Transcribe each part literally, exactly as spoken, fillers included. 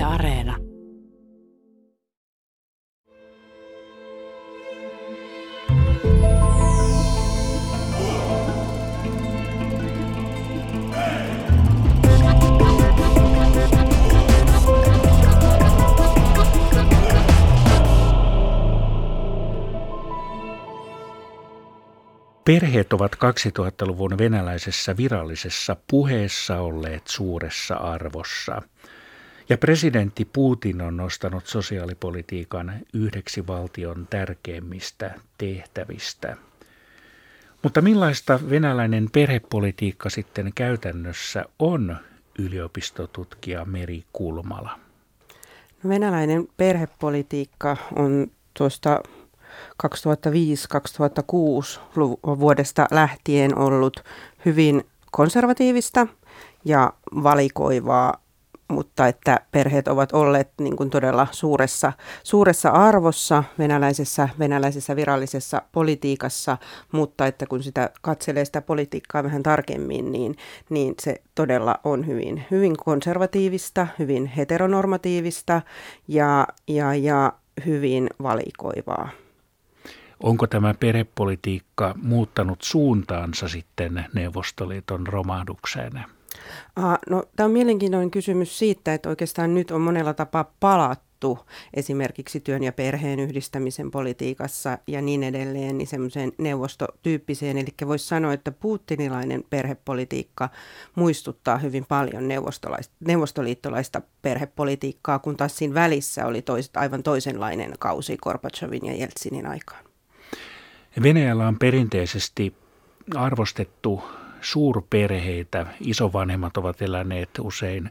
Areena. Perheet ovat kaksituhattaluvun venäläisessä virallisessa puheessa olleet suuressa arvossa. Ja presidentti Putin on nostanut sosiaalipolitiikan yhdeksi valtion tärkeimmistä tehtävistä. Mutta millaista venäläinen perhepolitiikka sitten käytännössä on, yliopistotutkija Meri Kulmala? No, venäläinen perhepolitiikka on tuosta kaksituhattaviisi kaksituhattakuusi vuodesta lähtien ollut hyvin konservatiivista ja valikoivaa, mutta että perheet ovat olleet niin kuin todella suuressa, suuressa arvossa venäläisessä, venäläisessä virallisessa politiikassa, mutta että kun sitä katselee sitä politiikkaa vähän tarkemmin, niin, niin se todella on hyvin, hyvin konservatiivista, hyvin heteronormatiivista ja, ja, ja hyvin valikoivaa. Onko tämä perhepolitiikka muuttanut suuntaansa sitten Neuvostoliiton romahdukseen? Ah, no, tämä on mielenkiintoinen kysymys siitä, että oikeastaan nyt on monella tapaa palattu esimerkiksi työn ja perheen yhdistämisen politiikassa ja niin edelleen, niin semmoiseen neuvostotyyppiseen. Eli voisi sanoa, että putinilainen perhepolitiikka muistuttaa hyvin paljon neuvostoliittolaista perhepolitiikkaa, kun taas siinä välissä oli toiset, aivan toisenlainen kausi Gorbatsovin ja Jeltsinin aikaan. Venäjällä on perinteisesti arvostettu suurperheitä. Isovanhemmat ovat eläneet usein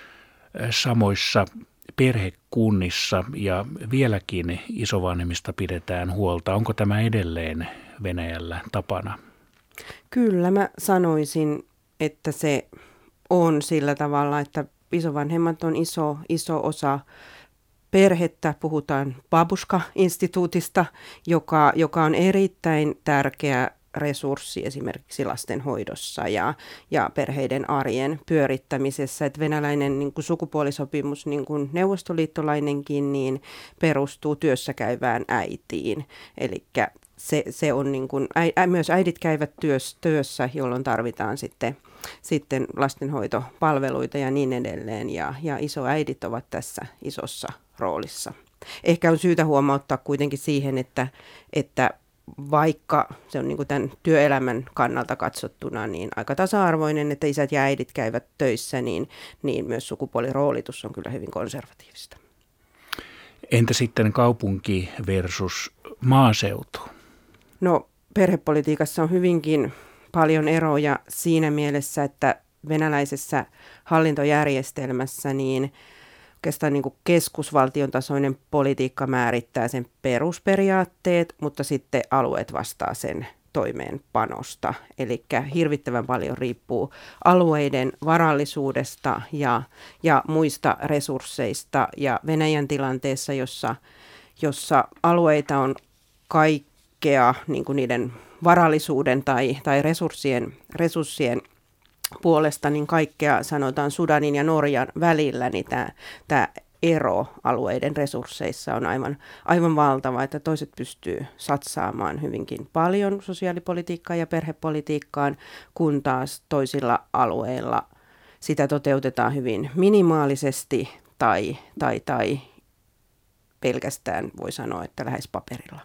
samoissa perhekunnissa ja vieläkin isovanhemmista pidetään huolta. Onko tämä edelleen Venäjällä tapana? Kyllä mä sanoisin, että se on sillä tavalla, että isovanhemmat on iso, iso osa perhettä. Puhutaan babushka-instituutista, joka, joka on erittäin tärkeä resurssi esimerkiksi lastenhoidossa ja, ja perheiden arjen pyörittämisessä. Että venäläinen niin kuin sukupuolisopimus, niin kuin neuvostoliittolainenkin, niin perustuu työssäkäyvään äitiin. Eli se, se on niin kuin, ä, myös äidit käyvät työs, työssä, jolloin tarvitaan sitten, sitten lastenhoitopalveluita ja niin edelleen. Ja, ja isoäidit ovat tässä isossa roolissa. Ehkä on syytä huomauttaa kuitenkin siihen, että, että vaikka se on niin kuin tämän työelämän kannalta katsottuna niin aika tasa-arvoinen, että isät ja äidit käyvät töissä, niin, niin myös sukupuoliroolitus on kyllä hyvin konservatiivista. Entä sitten kaupunki versus maaseutu? No, perhepolitiikassa on hyvinkin paljon eroja siinä mielessä, että venäläisessä hallintojärjestelmässä niin oikeastaan niin kuin keskusvaltion tasoinen politiikka määrittää sen perusperiaatteet, mutta sitten alueet vastaa sen toimeenpanosta. Eli hirvittävän paljon riippuu alueiden varallisuudesta ja, ja muista resursseista. Ja Venäjän tilanteessa, jossa, jossa alueita on kaikkea niin kuin niiden varallisuuden tai, tai resurssien, resurssien puolesta, niin kaikkea sanotaan Sudanin ja Norjan välillä, niin tämä, tämä ero alueiden resursseissa on aivan, aivan valtava, että toiset pystyy satsaamaan hyvinkin paljon sosiaalipolitiikkaan ja perhepolitiikkaan, kun taas toisilla alueilla sitä toteutetaan hyvin minimaalisesti tai, tai, tai pelkästään voi sanoa, että lähes paperilla.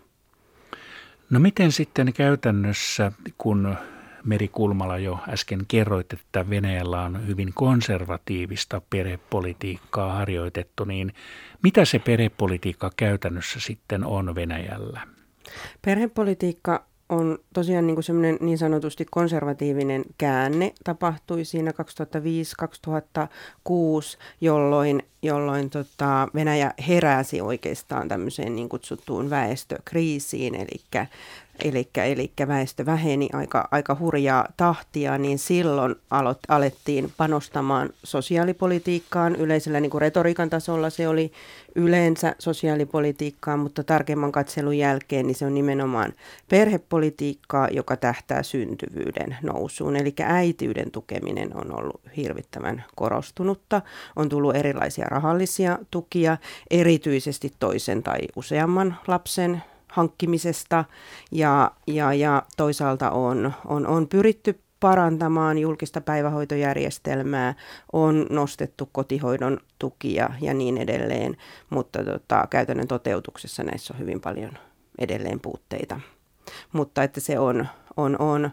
No miten sitten käytännössä, kun Meri Kulmala jo äsken kerroit, että Venäjällä on hyvin konservatiivista perhepolitiikkaa harjoitettu, niin mitä se perhepolitiikka käytännössä sitten on Venäjällä? Perhepolitiikka on tosiaan niin kuin semmoinen niin sanotusti konservatiivinen käänne, tapahtui siinä kaksituhattaviisi kaksituhattakuusi, jolloin, jolloin tota Venäjä heräsi oikeastaan tämmöiseen niin kutsuttuun väestökriisiin, eli eli, eli väestö väheni aika, aika hurjaa tahtia, niin silloin aloit, alettiin panostamaan sosiaalipolitiikkaan. Yleisellä niin kuin retoriikan tasolla se oli yleensä sosiaalipolitiikkaa, mutta tarkemman katselun jälkeen niin se on nimenomaan perhepolitiikkaa, joka tähtää syntyvyyden nousuun. Eli äitiyden tukeminen on ollut hirvittävän korostunutta. On tullut erilaisia rahallisia tukia, erityisesti toisen tai useamman lapsen hankkimisesta ja, ja, ja toisaalta on, on, on pyritty parantamaan julkista päivähoitojärjestelmää, on nostettu kotihoidon tukia ja niin edelleen, mutta tota, käytännön toteutuksessa näissä on hyvin paljon edelleen puutteita. Mutta että se on, on, on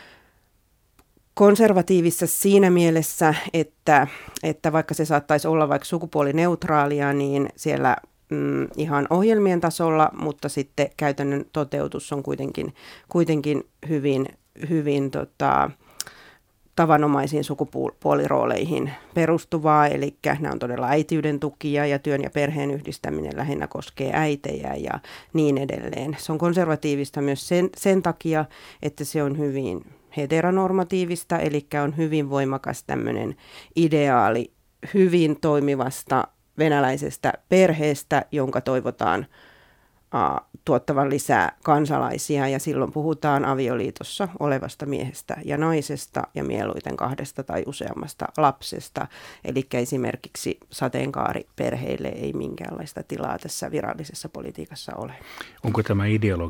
konservatiivissa siinä mielessä, että, että vaikka se saattaisi olla vaikka sukupuolineutraalia, niin siellä mm, ihan ohjelmien tasolla, mutta sitten käytännön toteutus on kuitenkin, kuitenkin hyvin, hyvin tota, tavanomaisiin sukupuolirooleihin perustuvaa, eli nämä on todella äitiyden tukia ja työn ja perheen yhdistäminen lähinnä koskee äitejä ja niin edelleen. Se on konservatiivista myös sen, sen takia, että se on hyvin heteronormatiivista, eli on hyvin voimakas tämmöinen ideaali hyvin toimivasta venäläisestä perheestä, jonka toivotaan uh, tuottavan lisää kansalaisia, ja silloin puhutaan avioliitossa olevasta miehestä ja naisesta ja mieluiten kahdesta tai useammasta lapsesta. Eli esimerkiksi sateenkaariperheille ei minkäänlaista tilaa tässä virallisessa politiikassa ole. Onko tämä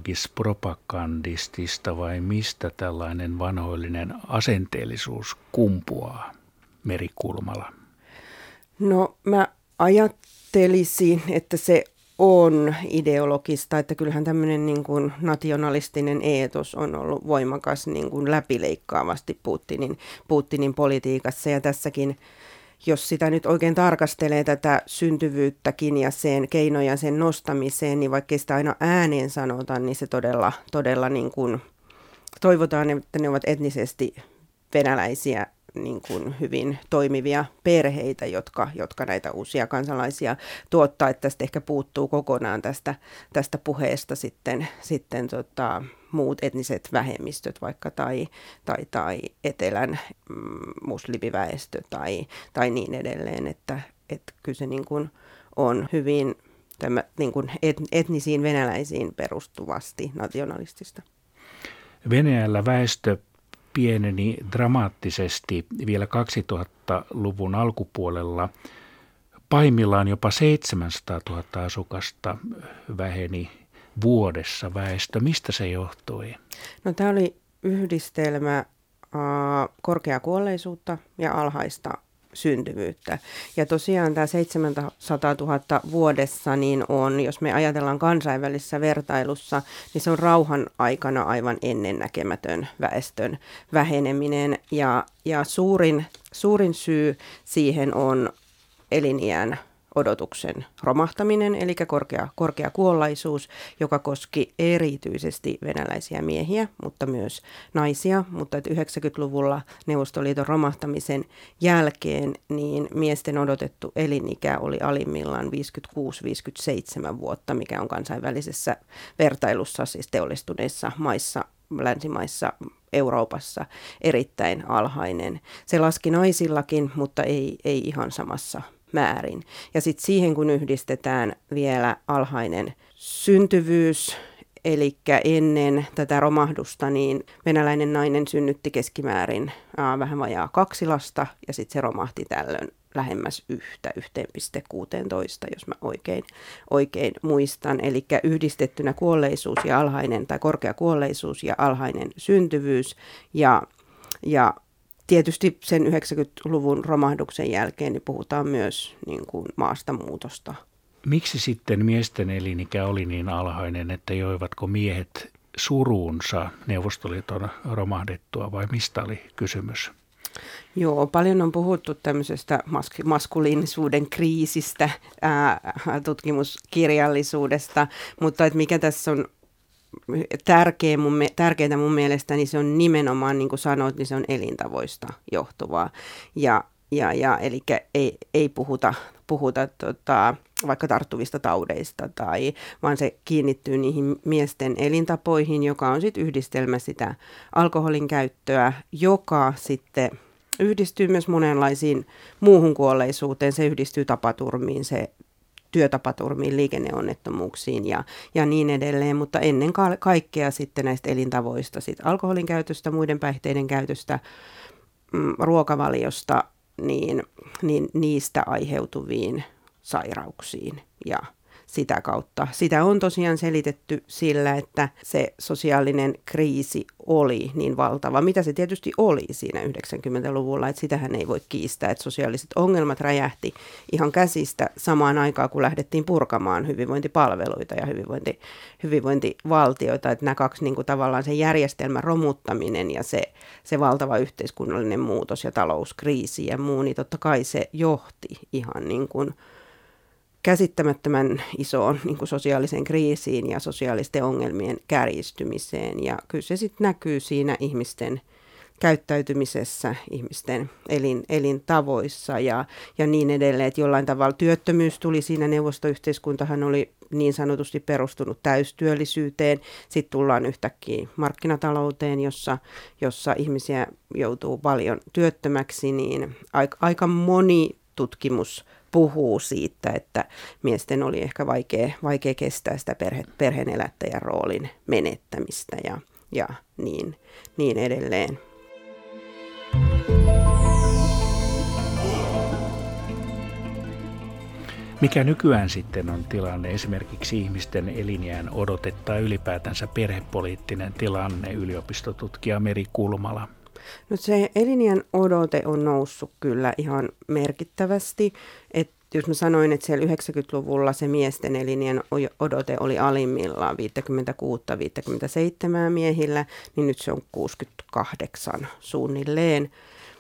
ideologis-propagandistista vai mistä tällainen vanhoillinen asenteellisuus kumpuaa, Meri Kulmala? No mä ajattelisin, että se on ideologista, että kyllähän tämmöinen niin kuin nationalistinen eetos on ollut voimakas niin kuin läpileikkaavasti Putinin, Putinin politiikassa, ja tässäkin, jos sitä nyt oikein tarkastelee tätä syntyvyyttäkin ja sen keinoja sen nostamiseen, niin vaikka sitä aina ääneen sanotaan, niin se todella, todella niin kuin toivotaan, että ne ovat etnisesti venäläisiä niin kuin hyvin toimivia perheitä, jotka, jotka näitä uusia kansalaisia tuottaa, että tästä ehkä puuttuu kokonaan tästä, tästä puheesta sitten, sitten tota, muut etniset vähemmistöt vaikka tai, tai, tai etelän mm, muslimiväestö tai, tai niin edelleen, että, että kyllä se niin kuin on hyvin tämä, niin kuin et, etnisiin venäläisiin perustuvasti nationalistista. Venäjällä väestö pieneni dramaattisesti vielä kaksituhattaluvun alkupuolella. Pahimmillaan jopa seitsemänsataatuhatta asukasta väheni vuodessa väestö. Mistä se johtui? No, tämä oli yhdistelmä äh, korkeakuolleisuutta ja alhaista syntyvyyttä. Ja tosiaan tämä seitsemänsataatuhatta vuodessa niin on, jos me ajatellaan kansainvälisessä vertailussa, niin se on rauhan aikana aivan ennennäkemätön väestön väheneminen. Ja, ja suurin, suurin syy siihen on eliniän odotuksen romahtaminen, eli korkea, korkea kuollaisuus, joka koski erityisesti venäläisiä miehiä, mutta myös naisia. Mutta että yhdeksänkymmentäluvulla Neuvostoliiton romahtamisen jälkeen niin miesten odotettu elinikä oli alimmillaan viisikymmentäkuusi viisikymmentäseitsemän vuotta, mikä on kansainvälisessä vertailussa, siis teollistuneissa maissa, länsimaissa, Euroopassa erittäin alhainen. Se laski naisillakin, mutta ei, ei ihan samassa määrin. Ja sitten siihen, kun yhdistetään vielä alhainen syntyvyys, eli ennen tätä romahdusta, niin venäläinen nainen synnytti keskimäärin ää, vähän vajaa kaksi lasta, ja sitten se romahti tällöin lähemmäs yhtä, yhteen pilkku kuusitoista, jos mä oikein, oikein muistan. Eli yhdistettynä kuolleisuus ja alhainen, tai korkea kuolleisuus ja alhainen syntyvyys, ja, ja tietysti sen yhdeksänkymmentäluvun romahduksen jälkeen niin puhutaan myös niin kuin maastamuutosta. Miksi sitten miesten elinikä oli niin alhainen, että joivatko miehet suruunsa Neuvostoliiton romahdettua vai mistä oli kysymys? Joo, paljon on puhuttu tämmöisestä mask- maskuliinisuuden kriisistä, ää, tutkimuskirjallisuudesta, mutta että mikä tässä on Tärkeä mun, tärkeää mun mielestä, niin se on nimenomaan, niin kuin sanoit, niin se on elintavoista johtuvaa. Ja, Ja, ja, eli ei, ei puhuta, puhuta tota, vaikka tarttuvista taudeista, tai, vaan se kiinnittyy niihin miesten elintapoihin, joka on sitten yhdistelmä sitä alkoholin käyttöä, joka sitten yhdistyy myös monenlaisiin muuhun kuolleisuuteen. Se yhdistyy tapaturmiin, se työtapaturmiin, liikenneonnettomuuksiin ja, ja niin edelleen, mutta ennen kaikkea sitten näistä elintavoista, sit alkoholin käytöstä, muiden päihteiden käytöstä, mm, ruokavaliosta, niin, niin niistä aiheutuviin sairauksiin ja sitä kautta. Sitä on tosiaan selitetty sillä, että se sosiaalinen kriisi oli niin valtava, mitä se tietysti oli siinä yhdeksänkymmentäluvulla, että sitähän ei voi kiistää, että sosiaaliset ongelmat räjähti ihan käsistä samaan aikaan, kun lähdettiin purkamaan hyvinvointipalveluita ja hyvinvointi, hyvinvointivaltioita, että nämä kaksi niin kuin tavallaan se järjestelmän romuttaminen ja se, se valtava yhteiskunnallinen muutos ja talouskriisi ja muu, niin totta kai se johti ihan niin kuin käsittämättömän isoon niin kuin sosiaaliseen kriisiin ja sosiaalisten ongelmien kärjistymiseen. Ja kyllä se sitten näkyy siinä ihmisten käyttäytymisessä, ihmisten elin, elintavoissa ja, ja niin edelleen. Että jollain tavalla työttömyys tuli siinä, neuvostoyhteiskuntahan oli niin sanotusti perustunut täystyöllisyyteen. Sitten tullaan yhtäkkiä markkinatalouteen, jossa, jossa ihmisiä joutuu paljon työttömäksi, niin aika, aika moni tutkimus puhuu siitä, että miesten oli ehkä vaikea, vaikea kestää sitä perhe, perheenelättäjän roolin menettämistä ja, ja niin, niin edelleen. Mikä nykyään sitten on tilanne, esimerkiksi ihmisten elinjään odote tai ylipäätänsä perhepoliittinen tilanne, yliopistotutkija Meri Kulmala? No se elinjään odote on noussut kyllä ihan merkittävästi. Et jos mä sanoin, että siellä yhdeksänkymmentäluvulla se miesten elinjään odote oli alimmillaan viisikymmentäkuusi viisikymmentäseitsemän miehillä, niin nyt se on kuusikymmentäkahdeksan suunnilleen.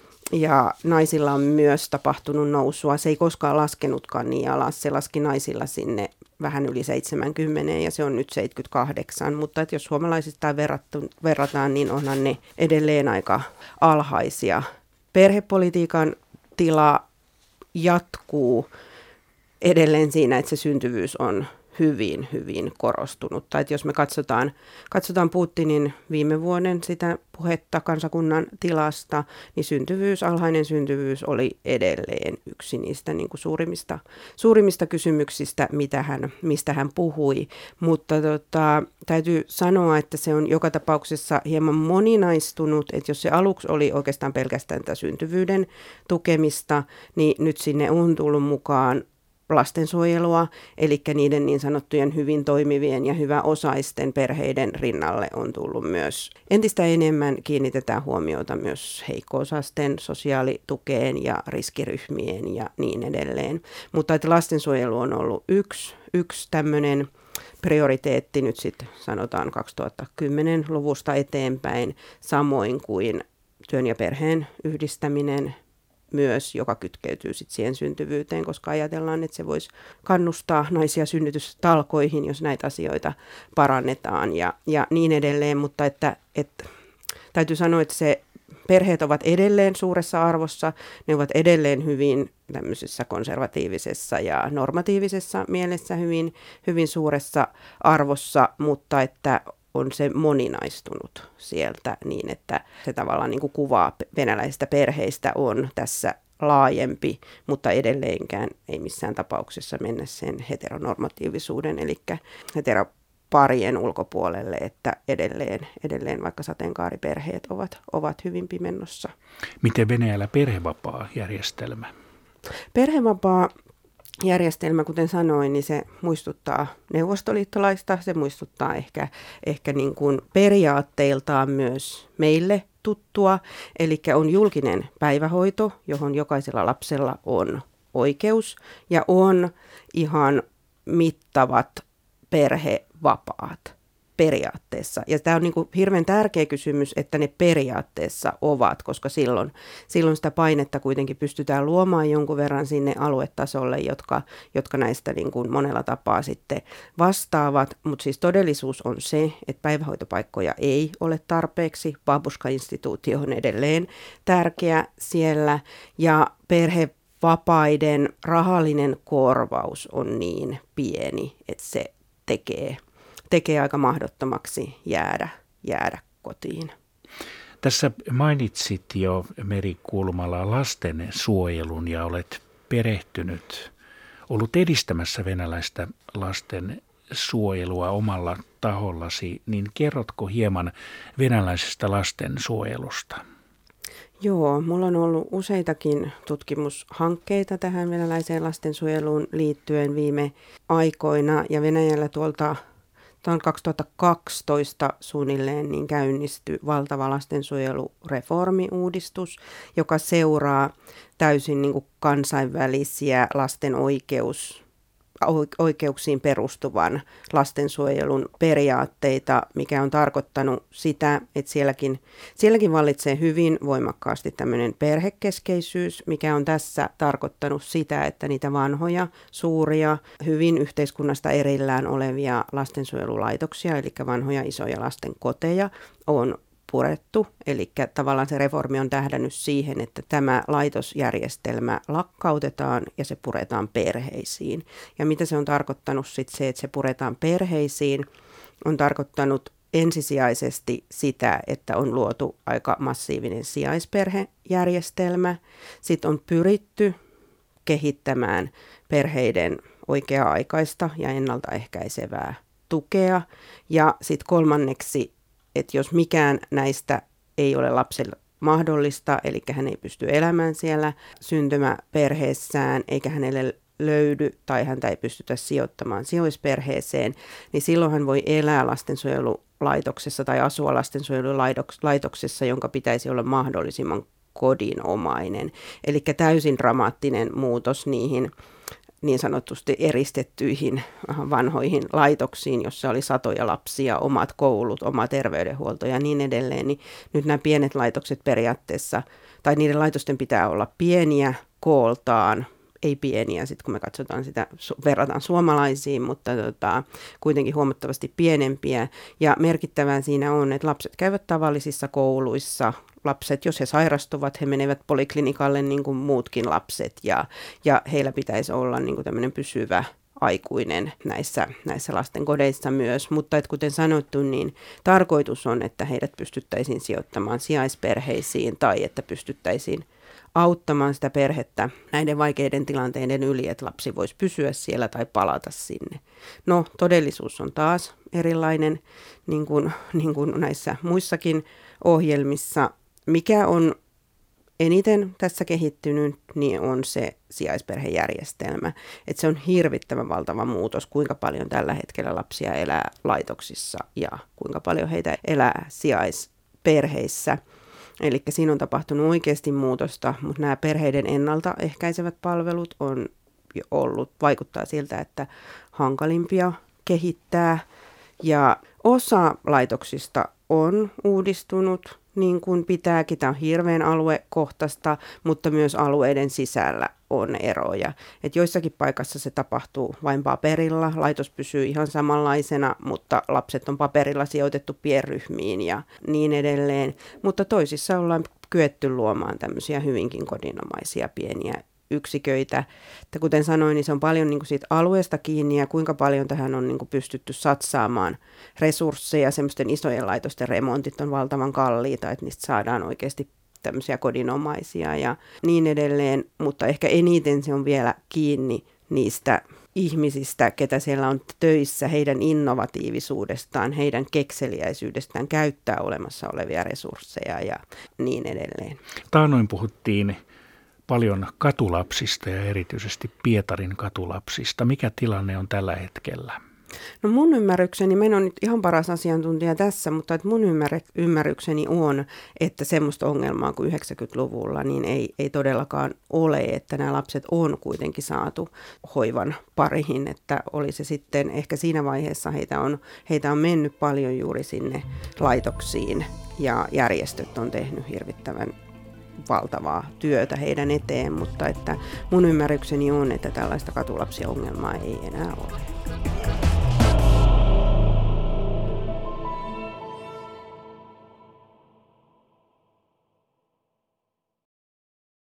Ja naisilla on myös tapahtunut nousua. Se ei koskaan laskenutkaan niin alas. Se laski naisilla sinne vähän yli seitsemänkymmentä ja se on nyt seitsemänkymmentäkahdeksan. Mutta että jos suomalaisista verrattu, verrataan, niin onhan ne edelleen aika alhaisia. Perhepolitiikan tila jatkuu edelleen siinä, että se syntyvyys on hyvin, hyvin korostunut. Tai jos me katsotaan, katsotaan Putinin viime vuoden sitä puhetta kansakunnan tilasta, niin syntyvyys, alhainen syntyvyys oli edelleen yksi niistä niin kuin suurimmista, suurimmista kysymyksistä, mitä hän, mistä hän puhui. Mutta tota, täytyy sanoa, että se on joka tapauksessa hieman moninaistunut, että jos se aluksi oli oikeastaan pelkästään tätä syntyvyyden tukemista, niin nyt sinne on tullut mukaan lastensuojelua, eli niiden niin sanottujen hyvin toimivien ja hyväosaisten perheiden rinnalle on tullut myös entistä enemmän kiinnitetään huomiota myös heikko-osaisten sosiaalitukeen ja riskiryhmien ja niin edelleen. Mutta että lastensuojelu on ollut yksi, yksi tämmöinen prioriteetti nyt sitten sanotaan kaksituhattakymmenen-luvusta eteenpäin, samoin kuin työn ja perheen yhdistäminen myös, joka kytkeytyy sitten siihen syntyvyyteen, koska ajatellaan, että se voisi kannustaa naisia synnytystalkoihin, jos näitä asioita parannetaan ja, ja niin edelleen, mutta että, että täytyy sanoa, että se perheet ovat edelleen suuressa arvossa, ne ovat edelleen hyvin tämmöisessä konservatiivisessa ja normatiivisessa mielessä hyvin, hyvin suuressa arvossa, mutta että on se moninaistunut sieltä niin, että se tavallaan niin kuin kuvaa venäläisistä perheistä on tässä laajempi, mutta edelleenkään ei missään tapauksessa mennä sen heteronormatiivisuuden, eli heteroparien ulkopuolelle, että edelleen, edelleen vaikka sateenkaariperheet ovat, ovat hyvin pimennossa. Miten Venäjällä perhevapaa-järjestelmä? Perhevapaa järjestelmä, kuten sanoin, niin se muistuttaa neuvostoliittolaista, se muistuttaa ehkä, ehkä niin kuin periaatteiltaan myös meille tuttua, eli on julkinen päivähoito, johon jokaisella lapsella on oikeus, ja on ihan mittavat perhevapaat. periaatteessa. Ja tämä on niin kuin hirveän tärkeä kysymys, että ne periaatteessa ovat, koska silloin, silloin sitä painetta kuitenkin pystytään luomaan jonkun verran sinne aluetasolle, jotka, jotka näistä niin kuin monella tapaa sitten vastaavat. Mutta siis todellisuus on se, että päivähoitopaikkoja ei ole tarpeeksi. Babuška-instituutio on edelleen tärkeä siellä ja perhevapaiden rahallinen korvaus on niin pieni, että se tekee tekee aika mahdottomaksi jäädä, jäädä kotiin. Tässä mainitsit jo, Meri Kulmala, lastensuojelun ja olet perehtynyt, ollut edistämässä venäläistä lastensuojelua omalla tahollasi, niin kerrotko hieman venäläisestä lastensuojelusta? Joo, mulla on ollut useitakin tutkimushankkeita tähän venäläiseen lastensuojeluun liittyen viime aikoina ja Venäjällä tuolta Tuon kaksituhattakaksitoista suunnilleen niin käynnistyi valtava lastensuojelureformiuudistus, joka seuraa täysin niin kuin kansainvälisiä lasten oikeus, oikeuksiin perustuvan lastensuojelun periaatteita, mikä on tarkoittanut sitä, että sielläkin, sielläkin vallitsee hyvin voimakkaasti tämmöinen perhekeskeisyys, mikä on tässä tarkoittanut sitä, että niitä vanhoja, suuria, hyvin yhteiskunnasta erillään olevia lastensuojelulaitoksia, eli vanhoja isoja lastenkoteja, on purettu, eli tavallaan se reformi on tähdännyt siihen, että tämä laitosjärjestelmä lakkautetaan ja se puretaan perheisiin. Ja mitä se on tarkoittanut sitten se, että se puretaan perheisiin, on tarkoittanut ensisijaisesti sitä, että on luotu aika massiivinen sijaisperhejärjestelmä. Sitten on pyritty kehittämään perheiden oikea-aikaista ja ennaltaehkäisevää tukea. Ja sitten kolmanneksi, että jos mikään näistä ei ole lapselle mahdollista, eli hän ei pysty elämään siellä syntymäperheessään, eikä hänelle löydy tai häntä ei pystytä sijoittamaan sijoisperheeseen, niin silloin hän voi elää lastensuojelulaitoksessa tai asua lastensuojelulaitoksessa, jonka pitäisi olla mahdollisimman kodinomainen. Eli täysin dramaattinen muutos niihin niin sanotusti eristettyihin vanhoihin laitoksiin, jossa oli satoja lapsia, omat koulut, oma terveydenhuolto ja niin edelleen, niin nyt nämä pienet laitokset periaatteessa, tai niiden laitosten pitää olla pieniä kooltaan, ei pieniä, sitten kun me katsotaan sitä, verrataan suomalaisiin, mutta tota, kuitenkin huomattavasti pienempiä. Ja merkittävää siinä on, että lapset käyvät tavallisissa kouluissa. Lapset, jos he sairastuvat, he menevät poliklinikalle niin kuin muutkin lapset ja, ja heillä pitäisi olla niin kuin tämmöinen pysyvä aikuinen näissä, näissä lastenkodeissa myös. Mutta et kuten sanottu, niin tarkoitus on, että heidät pystyttäisiin sijoittamaan sijaisperheisiin tai että pystyttäisiin auttamaan sitä perhettä näiden vaikeiden tilanteiden yli, että lapsi voisi pysyä siellä tai palata sinne. No, todellisuus on taas erilainen, niin kuin, niin kuin näissä muissakin ohjelmissa. Mikä on eniten tässä kehittynyt, niin on se sijaisperhejärjestelmä. Että se on hirvittävän valtava muutos, kuinka paljon tällä hetkellä lapsia elää laitoksissa ja kuinka paljon heitä elää sijaisperheissä. Eli siinä on tapahtunut oikeasti muutosta, mutta nämä perheiden ennaltaehkäisevät palvelut on jo ollut, vaikuttaa siltä, että hankalimpia kehittää. Ja osa laitoksista on uudistunut niin kuin pitääkin. Tämä on hirveän aluekohtaista, mutta myös alueiden sisällä on eroja. Et joissakin paikassa se tapahtuu vain paperilla, laitos pysyy ihan samanlaisena, mutta lapset on paperilla sijoitettu pienryhmiin ja niin edelleen. Mutta toisissa ollaan kyetty luomaan tämmöisiä hyvinkin kodinomaisia pieniä yksiköitä. Että kuten sanoin, niin se on paljon niin kuin siitä alueesta kiinni ja kuinka paljon tähän on niin kuin pystytty satsaamaan resursseja. Semmoisten isojen laitosten remontit on valtavan kalliita, että niistä saadaan oikeasti tämmöisiä kodinomaisia ja niin edelleen, mutta ehkä eniten se on vielä kiinni niistä ihmisistä, ketä siellä on töissä, heidän innovatiivisuudestaan, heidän kekseliäisyydestään käyttää olemassa olevia resursseja ja niin edelleen. Taannoin puhuttiin paljon katulapsista ja erityisesti Pietarin katulapsista. Mikä tilanne on tällä hetkellä? No mun ymmärrykseni, mä en ole nyt ihan paras asiantuntija tässä, mutta että mun ymmärrykseni on, että semmoista ongelmaa kuin yhdeksänkymmentäluvulla niin ei, ei todellakaan ole, että nämä lapset on kuitenkin saatu hoivan pariin, että oli se sitten ehkä siinä vaiheessa heitä on, heitä on mennyt paljon juuri sinne laitoksiin ja järjestöt on tehnyt hirvittävän valtavaa työtä heidän eteen, mutta että mun ymmärrykseni on, että tällaista katulapsiongelmaa ei enää ole.